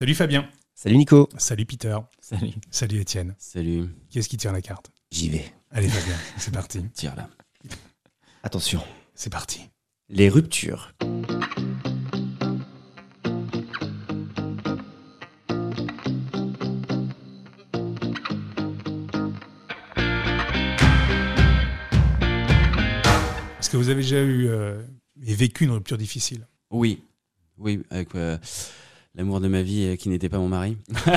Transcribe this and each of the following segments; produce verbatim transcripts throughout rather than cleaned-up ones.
Salut Fabien. Salut Nico. Salut Peter. Salut. Salut Étienne. Salut. Qui est-ce qui tire la carte? J'y vais. Allez Fabien, c'est parti. Tire là. Attention. C'est parti. Les ruptures. Est-ce que vous avez déjà eu euh, et vécu une rupture difficile? Oui. Oui, avec euh, l'amour de ma vie euh, qui n'était pas mon mari.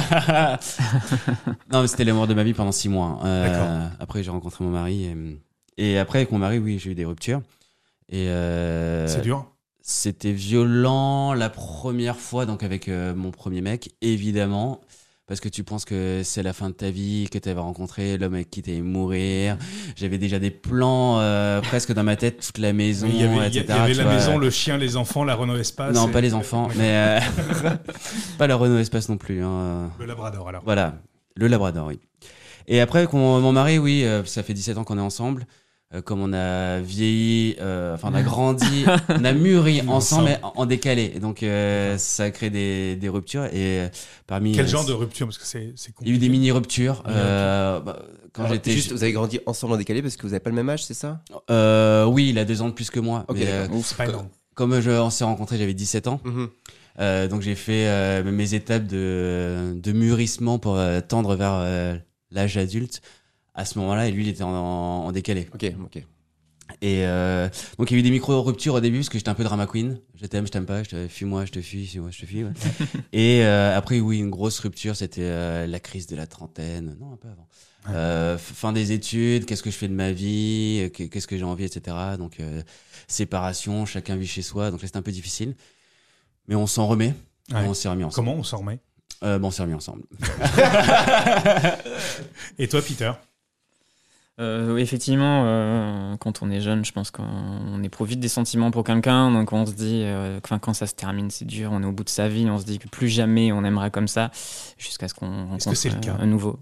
Non, mais c'était l'amour de ma vie pendant six mois. Euh, D'accord. Après, j'ai rencontré mon mari. Et, et après, avec mon mari, oui, j'ai eu des ruptures. Et euh, C'est dur? C'était violent la première fois, donc avec euh, mon premier mec, évidemment. Parce que tu penses que c'est la fin de ta vie, que tu avais rencontré l'homme avec qui tu allais mourir. J'avais déjà des plans euh, presque dans ma tête, toute la maison, Il y avait, et cetera. il y avait tu la vois. maison, le chien, les enfants, la Renault Espace. Non, et- pas les enfants, Ouais. mais euh, pas la Renault Espace non plus. Hein. Le Labrador alors. Voilà, le Labrador, oui. Et après, avec mon, mon mari, oui, euh, ça fait dix-sept ans qu'on est ensemble. Euh, comme on a vieilli, euh, enfin on a grandi, on a mûri ensemble, mais en, en décalé. Et donc euh, ça a créé des, des ruptures. Et euh, parmi Quel euh, genre de rupture? Parce que c'est c'est il y a compliqué. eu des mini ruptures. Mini Euh, bah, quand Alors, j'étais juste, vous avez grandi ensemble en décalé parce que vous n'avez pas le même âge, c'est ça? euh, oui, il a deux ans de plus que moi. Ok, mais, euh, d'accord. C'est pas énorme. comme je, on s'est rencontrés, j'avais dix-sept ans. Mhm. Euh, donc j'ai fait euh, mes étapes de, de mûrissement pour euh, tendre vers euh, l'âge adulte à ce moment-là, et lui il était en, en, en décalé. Ok, ok. Et euh, donc il y a eu des micro-ruptures au début parce que j'étais un peu drama queen. Je t'aime, je t'aime pas, je te fuis-moi, je te fuis, fuis-moi, je te fuis. Ouais. Et euh, après, oui, une grosse rupture, c'était euh, la crise de la trentaine. Non, un peu avant. Ouais. Euh, fin des études, qu'est-ce que je fais de ma vie, qu'est-ce que j'ai envie, et cetera. Donc euh, séparation, chacun vit chez soi. Donc là, c'était un peu difficile. Mais on s'en remet. Ouais. On s'est remis ensemble. Comment on s'en remet? euh, bon, on s'est remis ensemble. Et toi Peter? Euh, oui, effectivement, euh, quand on est jeune, je pense qu'on éprouve vite des sentiments pour quelqu'un. Donc on se dit, euh, enfin, quand ça se termine, c'est dur. On est au bout de sa vie. On se dit que plus jamais on aimera comme ça, jusqu'à ce qu'on rencontre Est-ce que c'est le cas? un nouveau.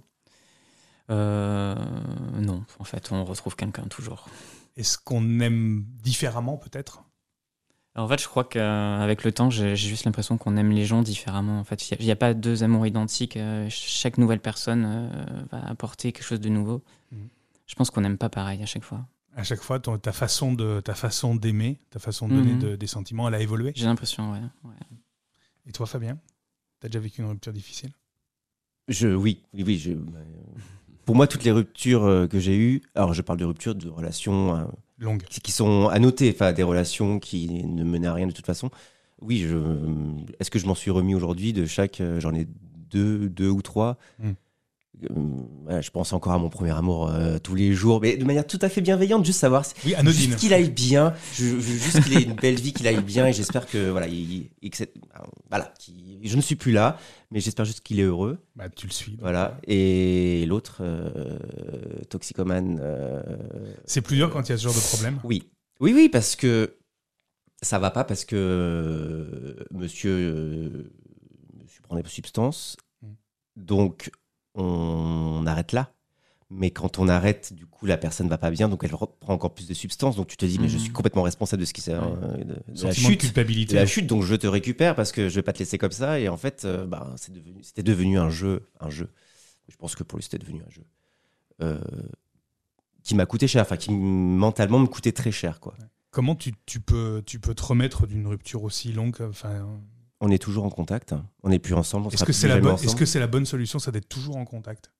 Euh, non, en fait, on retrouve quelqu'un toujours. Est-ce qu'on aime différemment peut-être? Alors, en fait, je crois qu'avec le temps, j'ai j'ai juste l'impression qu'on aime les gens différemment. En fait, il n'y a, a pas deux amours identiques. Euh, chaque nouvelle personne euh, va apporter quelque chose de nouveau. Mhm. Je pense qu'on n'aime pas pareil à chaque fois. À chaque fois, ton- ta façon de ta façon d'aimer, ta façon de donner Mhm. de- des sentiments, elle a évolué. J'ai l'impression, ouais. ouais. Et toi Fabien? T'as déjà vécu une rupture difficile? Je, oui, oui, oui. Je, pour moi, toutes les ruptures euh, que j'ai eues, alors je parle de ruptures de relations euh, Longue. qui qui sont à noter, enfin des relations qui ne menaient à rien de toute façon. Oui, je, est-ce que je m'en suis remis aujourd'hui de chaque, euh, j'en ai deux, deux ou trois. Mm. Euh, voilà, je pense encore à mon premier amour euh, tous les jours, mais de manière tout à fait bienveillante, juste savoir si- Oui, anodine. juste qu'il aille bien, je, je- juste qu'il ait une belle vie, qu'il aille bien, et j'espère que voilà, il, il- que c'est- voilà, qu'il- je ne suis plus là, mais j'espère juste qu'il est heureux, Bah, tu le suis. donc. voilà. Et l'autre, euh, toxicomane. euh, C'est plus dur quand il y a ce genre de problème. oui, oui, oui, parce que ça va pas, parce que euh, monsieur, euh, monsieur prend des substances, Mm. donc on arrête là. Mais quand on arrête, du coup, la personne va pas bien, donc elle reprend encore plus de substances. Donc tu te dis, mais je suis Mhm. complètement responsable de ce qui s'est, euh, de, de la Sentiment de chute, culpabilité. de la chute. Donc je te récupère parce que je vais pas te laisser comme ça. Et en fait, euh, bah, c'est devenu, c'était devenu un jeu, un jeu. Je pense que pour lui, c'était devenu un jeu euh, qui m'a coûté cher, enfin qui mentalement me coûtait très cher, quoi. Comment tu, tu peux tu peux te remettre d'une rupture aussi longue? Enfin, On est toujours en contact. On n'est plus ensemble. On est-ce sera que plus c'est la jamais bonne ensemble. est-ce que c'est la bonne solution, ça d'être toujours en contact?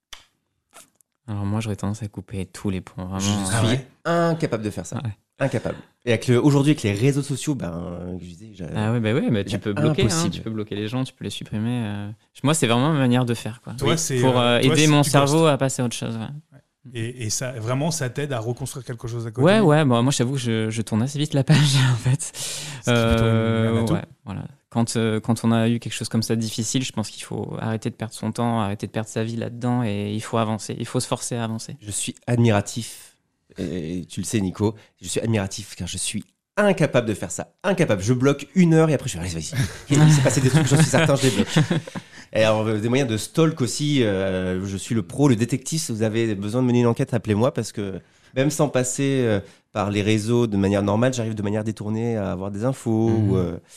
Alors moi, j'aurais tendance à couper tous les ponts. Vraiment. Je suis Ah ouais incapable de faire ça. Ouais. Incapable. Et avec le, aujourd'hui, avec les réseaux sociaux, ben, je disais, j'ai- Ah ouais, bah ouais, bah tu Bien peux bloquer, hein, impossible. tu peux bloquer les gens, tu peux les supprimer. euh. Moi, c'est vraiment ma manière de faire, quoi. Toi, c'est, Pour euh, euh, toi, aider c'est- mon tu cerveau ghostes. à passer à autre chose. Ouais, Et, et ça, vraiment, ça t'aide à reconstruire quelque chose à côté? ouais, ouais bon, moi, je t'avoue que je, je tourne assez vite la page, en fait. Ce qui est plutôt un atout. ouais, voilà. Quand, euh, quand on a eu quelque chose comme ça de difficile, je pense qu'il faut arrêter de perdre son temps, arrêter de perdre sa vie là-dedans, et il faut avancer, il faut se forcer à avancer. je suis admiratif. Et tu le sais, Nico. Je suis admiratif car je suis incapable de faire ça. Incapable. Je bloque une heure et après je fais, allez, vas-y. Il s'est passé des trucs, j'en suis certain, je les bloque. Et alors, euh, des moyens de stalk aussi. euh, je suis le pro, le détective. Si vous avez besoin de mener une enquête, appelez-moi parce que même sans passer euh, par les réseaux de manière normale, j'arrive de manière détournée à avoir des infos. Mhm. Ou, euh,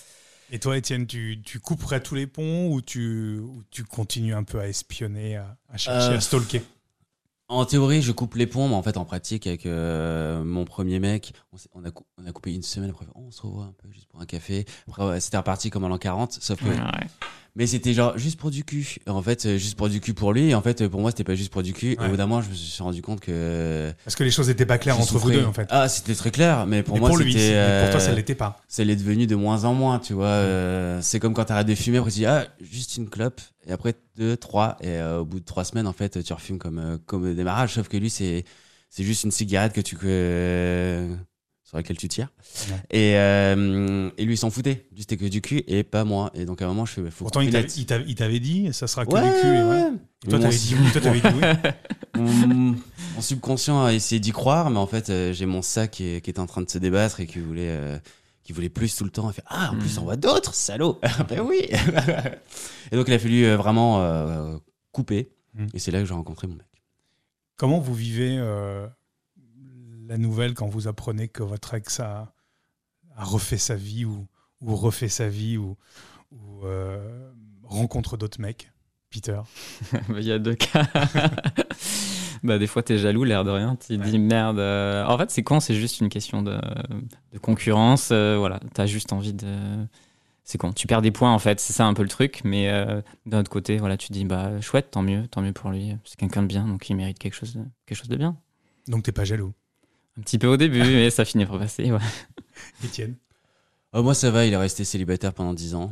Et toi, Étienne, tu, tu couperais tous les ponts ou tu, ou tu continues un peu à espionner, à, à chercher, Euh, à stalker? En théorie, je coupe les ponts, mais en fait, en pratique, avec euh, mon premier mec, on, s'est- on, a cou- on a coupé une semaine. Après, oh, on se revoit un peu juste pour un café. Après, ouais, c'était reparti comme en l'an quarante, sauf que. Ouais, ouais. Mais c'était genre juste pour du cul. En fait, euh, juste pour du cul pour lui. Et en fait, pour moi, c'était pas juste pour du cul. Et Ouais. au bout d'un moment, je me suis rendu compte que. Parce que les choses n'étaient pas claires je entre vous souffrais. deux, en fait. Ah, c'était très clair, mais pour Et moi, pour lui, c'était. mais pour toi, ça euh, ne l'était pas. ça l'est devenu de moins en moins, tu vois. Euh, c'est comme quand t'arrêtes de fumer, après tu dis, ah, juste une clope, et après deux, trois, et euh, au bout de trois semaines, en fait, tu refumes comme, euh, comme au démarrage, sauf que lui, c'est, c'est juste une cigarette que tu, que, sur laquelle tu tires. Ouais. Et, euh, et lui, il s'en foutait. Lui, c'était que du cul, et pas moi. Et donc, à un moment, je fais, faut Pourtant, couper il t'avait, net. il t'avait- il t'avait dit, ça sera que Ouais, du cul. Et, ouais. ouais. Et toi, Mon- t'avais dit oui. Toi, t'avais dit oui. mon, mon subconscient a essayé d'y croire, mais en fait, euh, j'ai mon sac qui, est- qui était en train de se débattre et qui voulait, euh, qui voulait plus tout le temps. Il fait, ah, en plus, Mm. on voit d'autres, salaud. Ben oui. Et donc, il a fallu euh, vraiment euh, couper. Mm. Et c'est là que j'ai rencontré mon mec. Comment vous vivez euh, la nouvelle quand vous apprenez que votre ex a, a refait sa vie ou, ou refait sa vie ou, ou euh, rencontre d'autres mecs, Peter? Il y a deux cas. Bah, des fois, t'es jaloux, l'air de rien. Tu te Ouais. dis merde. euh, En fait, c'est con, c'est juste une question de, de concurrence. euh, voilà, t'as juste envie de. C'est con. Tu perds des points, en fait. C'est ça un peu le truc. Mais euh, d'un autre côté, voilà, tu te dis bah chouette, tant mieux, tant mieux pour lui. C'est quelqu'un de bien, donc il mérite quelque chose de, quelque chose de bien. Donc, t'es pas jaloux, Un petit peu au début, mais ça finit par passer. Ouais. Étienne? Oh, moi, ça va, il est resté célibataire pendant dix ans.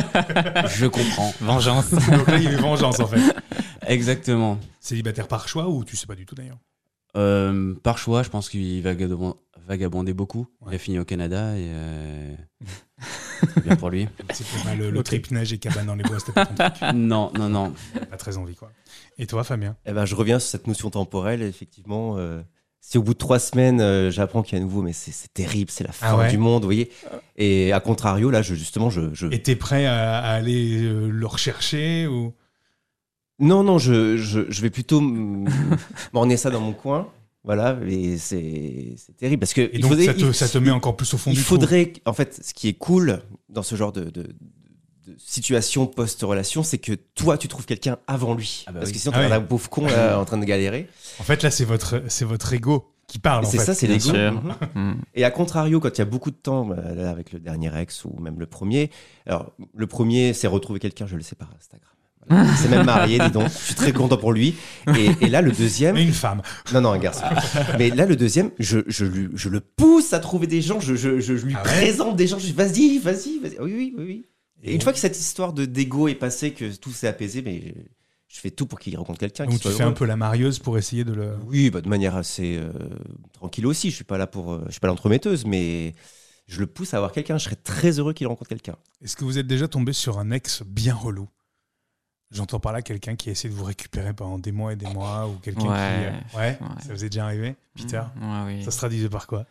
Je comprends. Vengeance. Donc là, il y a eu vengeance, en fait. Exactement. Célibataire par choix ou tu sais pas du tout, d'ailleurs? Euh, par choix, je pense qu'il vagabond- vagabondait beaucoup. Ouais. Il a fini au Canada et euh, c'est bien pour lui. C'était pas le, le Ok. trip neige et cabane dans les bois, c'était pas ton truc. Non, non, non. Pas très envie, quoi. Et toi, Fabien? Eh ben, je reviens sur cette notion temporelle, effectivement. euh, si au bout de trois semaines, euh, j'apprends qu'il y a un nouveau, mais c'est c'est terrible, c'est la fin Ah ouais du monde, vous voyez. Et à contrario, là, je, justement, je, je... Et t'es prêt à, à aller euh, le rechercher ou... Non, non, je, je, je vais plutôt m- m'emmener ça dans mon coin. Voilà, et c'est c'est terrible. Parce que Et il donc, faudrait- ça, te, il- ça te met encore plus au fond il du trou. faudrait, en fait, ce qui est cool dans ce genre de, de, de situation post-relation, c'est que toi, tu trouves quelqu'un avant lui. Ah bah Parce oui. que sinon, Ah t'as oui. un pauvre con là, en train de galérer. En fait, là, c'est votre, c'est votre ego qui parle, en C'est fait. ça, c'est bien l'ego. sûr. Mhm. Mm. Et à contrario, quand il y a beaucoup de temps, bah, là, avec le dernier ex ou même le premier, alors le premier, c'est retrouver quelqu'un, je le sais par Instagram. Voilà. Il s'est même marié, dis donc. Je suis très content pour lui. Et, et là, le deuxième, Mais une femme. non, non, un garçon. Mais là, le deuxième, je, je, lui- je le pousse à trouver des gens, je, je, je lui Ah ouais présente des gens, je dis vas-y, vas-y, vas-y. Oui, oui, oui, oui. Et, Et une fois que cette histoire de d'ego est passée, que tout s'est apaisé, mais je, je fais tout pour qu'il rencontre quelqu'un. Donc, qu'il tu soit fais un heureux. peu la marieuse pour essayer de le... Oui, bah, de manière assez euh, tranquille aussi. Je suis pas là pour, euh, je suis pas l'entremetteuse, mais je le pousse à avoir quelqu'un. Je serais très heureux qu'il rencontre quelqu'un. Est-ce que vous êtes déjà tombé sur un ex bien relou? J'entends par là quelqu'un qui essaie de vous récupérer pendant des mois et des mois, ou quelqu'un Ouais. qui... euh, Ouais, Ouais. ça vous est déjà arrivé, Peter? Ouais, oui. Ça se traduisait par quoi?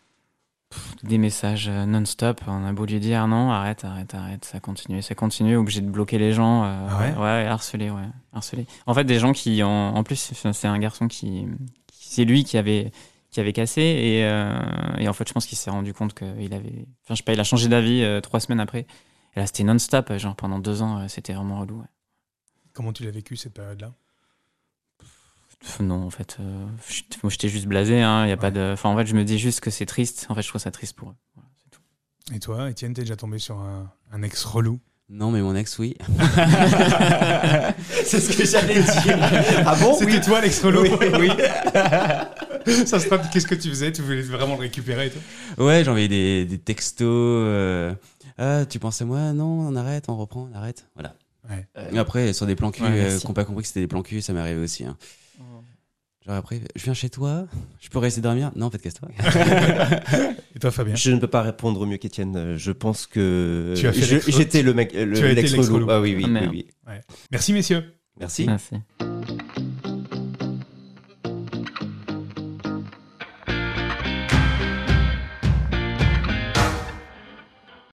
Des messages euh, non-stop. On a beau lui dire non, arrête, arrête, arrête. Ça continue, ça continue. Obligé de bloquer les gens. euh, Ah ouais ouais, harceler, ouais. Harceler. En fait, des gens qui, en, en plus, c'est un garçon qui. qui- c'est lui qui avait, qui avait cassé. Et, euh, et en fait, je pense qu'il s'est rendu compte qu'il avait. Enfin, je sais pas, il a changé d'avis euh, trois semaines après. Et là, c'était non-stop. Genre pendant deux ans, euh, c'était vraiment relou. Ouais. Comment tu l'as vécu, cette période-là? Pff, Non, en fait, euh, je- moi, j'étais juste blasé. Hein, y a pas de. Enfin, en fait, je me dis juste que c'est triste. En fait, je trouve ça triste pour eux. Voilà, c'est tout. Et toi, Étienne, t'es déjà tombé sur un, un ex relou? Non, mais mon ex, oui. C'est ce que j'allais dire. Ah bon? C'était Oui. toi, l'ex relou? Oui, oui. Ça se traduit, qu'est-ce que tu faisais? Tu voulais vraiment le récupérer, toi? Ouais, j'envoyais des, des textos. euh, ah, tu penses à moi? Non, on arrête, on reprend, on arrête. Voilà. Ouais. Et après, sur des plans cul, Ouais, euh, merci. qui n'ont pas compris que c'était des plans cul, ça m'est arrivé aussi. Hein. Genre après, je viens chez toi, je peux rester dormir? Non, en fait, casse-toi. Et toi, Fabien? Je ne peux pas répondre mieux qu'Étienne. Je pense que Tu as fait je- l'ex- j'étais le mec, le, Tu as été l'ex l'ex relou. relou. Ah oui, oui, Ah, oui, merde. oui. Merci, messieurs. Merci. Merci.